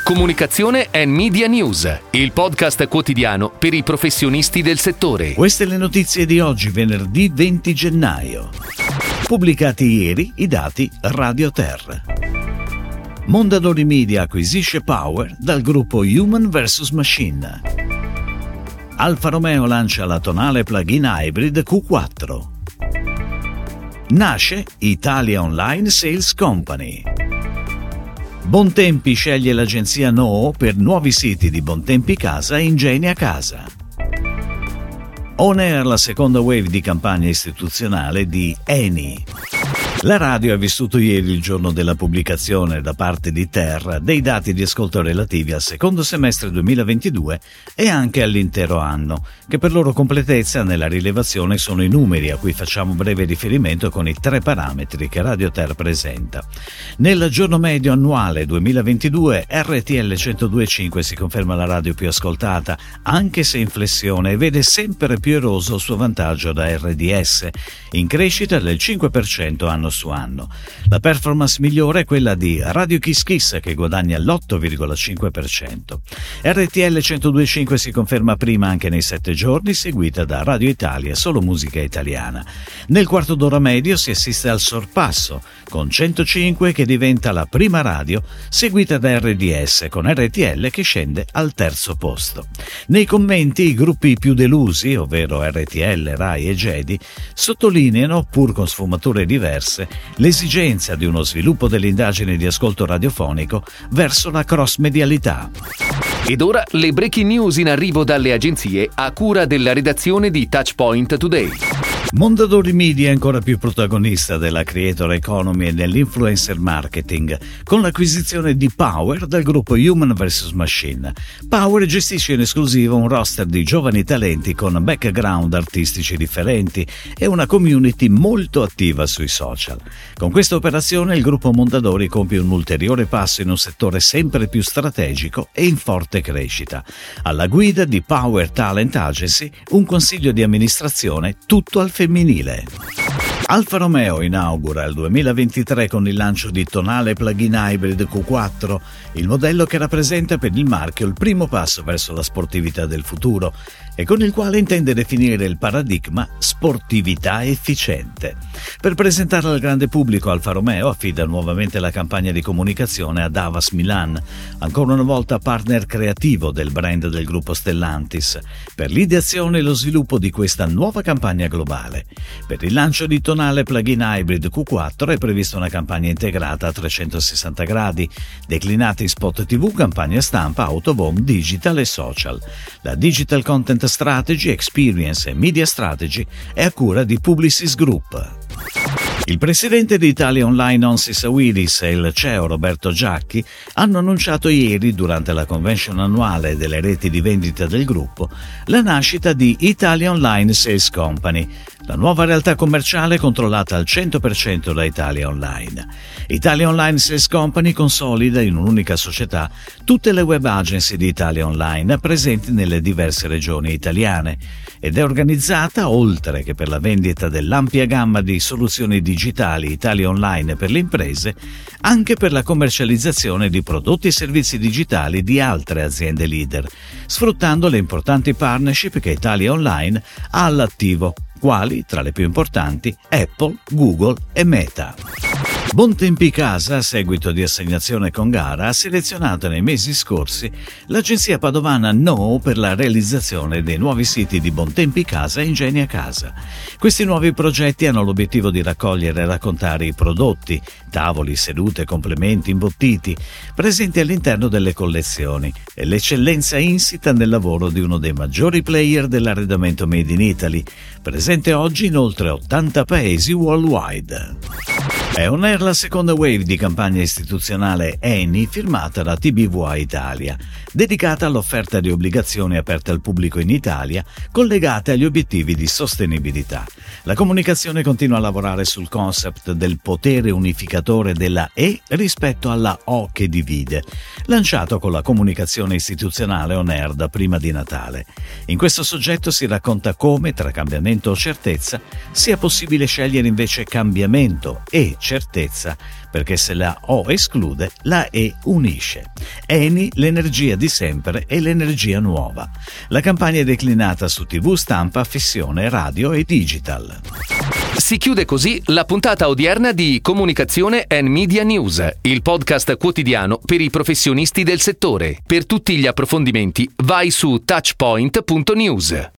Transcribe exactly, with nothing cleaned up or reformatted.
Comunicazione and Media News, il podcast quotidiano per i professionisti del settore. Queste le notizie di oggi, venerdì venti gennaio. Pubblicati ieri i dati Radioter. Mondadori Media acquisisce Power dal gruppo Human versus Machine. Alfa Romeo lancia la tonale plug-in hybrid Q quattro. Nasce Italia Online Sales Company. Bontempi sceglie l'agenzia Know per nuovi siti di Bontempi Casa e Ingenia Casa. On Air la seconda wave di campagna istituzionale di Eni. La radio ha vissuto ieri il giorno della pubblicazione da parte di Terra dei dati di ascolto relativi al secondo semestre duemilaventidue e anche all'intero anno, che per loro completezza nella rilevazione sono i numeri a cui facciamo breve riferimento con i tre parametri che Radio Ter presenta. Nel giorno medio annuale duemilaventidue R T L centodue e cinque si conferma la radio più ascoltata, anche se in flessione, e vede sempre più eroso il suo vantaggio da R D S, in crescita del cinque per cento anno su anno. La performance migliore è quella di Radio Kiss Kiss, che guadagna l'otto virgola cinque per cento. R T L centodue e cinque si conferma prima anche nei sette giorni, seguita da Radio Italia, solo musica italiana. Nel quarto d'ora medio si assiste al sorpasso, con centocinque che diventa la prima radio, seguita da R D S, con R T L che scende al terzo posto. Nei commenti i gruppi più delusi, ovvero R T L, Rai e Jedi, sottolineano, pur con sfumature diverse, l'esigenza di uno sviluppo delle indagini di ascolto radiofonico verso la cross-medialità. Ed ora le breaking news in arrivo dalle agenzie a cura della redazione di Touchpoint Today. Mondadori Media è ancora più protagonista della creator economy e dell'influencer marketing con l'acquisizione di Power dal gruppo Human versus Machine. Power gestisce in esclusiva un roster di giovani talenti con background artistici differenti e una community molto attiva sui social. Con questa operazione il gruppo Mondadori compie un ulteriore passo in un settore sempre più strategico e in forte crescita. Alla guida di Power Talent Agency un consiglio di amministrazione tutto al femminile. Alfa Romeo inaugura il duemilaventitré con il lancio di tonale plug-in hybrid Q quattro, il modello che rappresenta per il marchio il primo passo verso la sportività del futuro e con il quale intende definire il paradigma sportività efficiente. Per presentarla al grande pubblico, Alfa Romeo affida nuovamente la campagna di comunicazione ad Havas Milan, ancora una volta partner creativo del brand del gruppo Stellantis, per l'ideazione e lo sviluppo di questa nuova campagna globale. Per il lancio di tonale plug-in hybrid Q quattro è prevista una campagna integrata a trecentosessanta gradi, declinata in spot tivù, campagna stampa, out-of-home, digital e social. La Digital Content Strategy, Experience e Media Strategy è a cura di Publicis Group. Il presidente di Italia Online Onsis Willis e il C E O Roberto Giacchi hanno annunciato ieri, durante la convention annuale delle reti di vendita del gruppo, la nascita di Italia Online Sales Company, la nuova realtà commerciale controllata al cento per cento da Italia Online. Italia Online Sales Company consolida in un'unica società tutte le web agency di Italia Online presenti nelle diverse regioni italiane ed è organizzata, oltre che per la vendita dell'ampia gamma di soluzioni digitali Italia Online per le imprese, anche per la commercializzazione di prodotti e servizi digitali di altre aziende leader, sfruttando le importanti partnership che Italia Online ha all'attivo, quali, tra le più importanti, Apple, Google e Meta. Bontempi Casa, a seguito di assegnazione con gara, ha selezionato nei mesi scorsi l'agenzia padovana Know per la realizzazione dei nuovi siti di Bontempi Casa e Ingenia Casa. Questi nuovi progetti hanno l'obiettivo di raccogliere e raccontare i prodotti, tavoli, sedute, complementi, imbottiti, presenti all'interno delle collezioni e l'eccellenza insita nel lavoro di uno dei maggiori player dell'arredamento made in Italy, presente oggi in oltre ottanta paesi worldwide. È on air la seconda wave di campagna istituzionale Eni firmata da T B V A Italia, dedicata all'offerta di obbligazioni aperte al pubblico in Italia, collegate agli obiettivi di sostenibilità. La comunicazione continua a lavorare sul concept del potere unificatore della E rispetto alla O che divide, lanciato con la comunicazione istituzionale on air da prima di Natale. In questo soggetto si racconta come, tra cambiamento o certezza, sia possibile scegliere invece cambiamento e certezza perché se la O esclude, la E unisce. Eni, l'energia di sempre e l'energia nuova. La campagna è declinata su tivù, stampa, fissione, radio e digital. Si chiude così la puntata odierna di Comunicazione and Media News, il podcast quotidiano per i professionisti del settore. Per tutti gli approfondimenti vai su touchpoint punto news.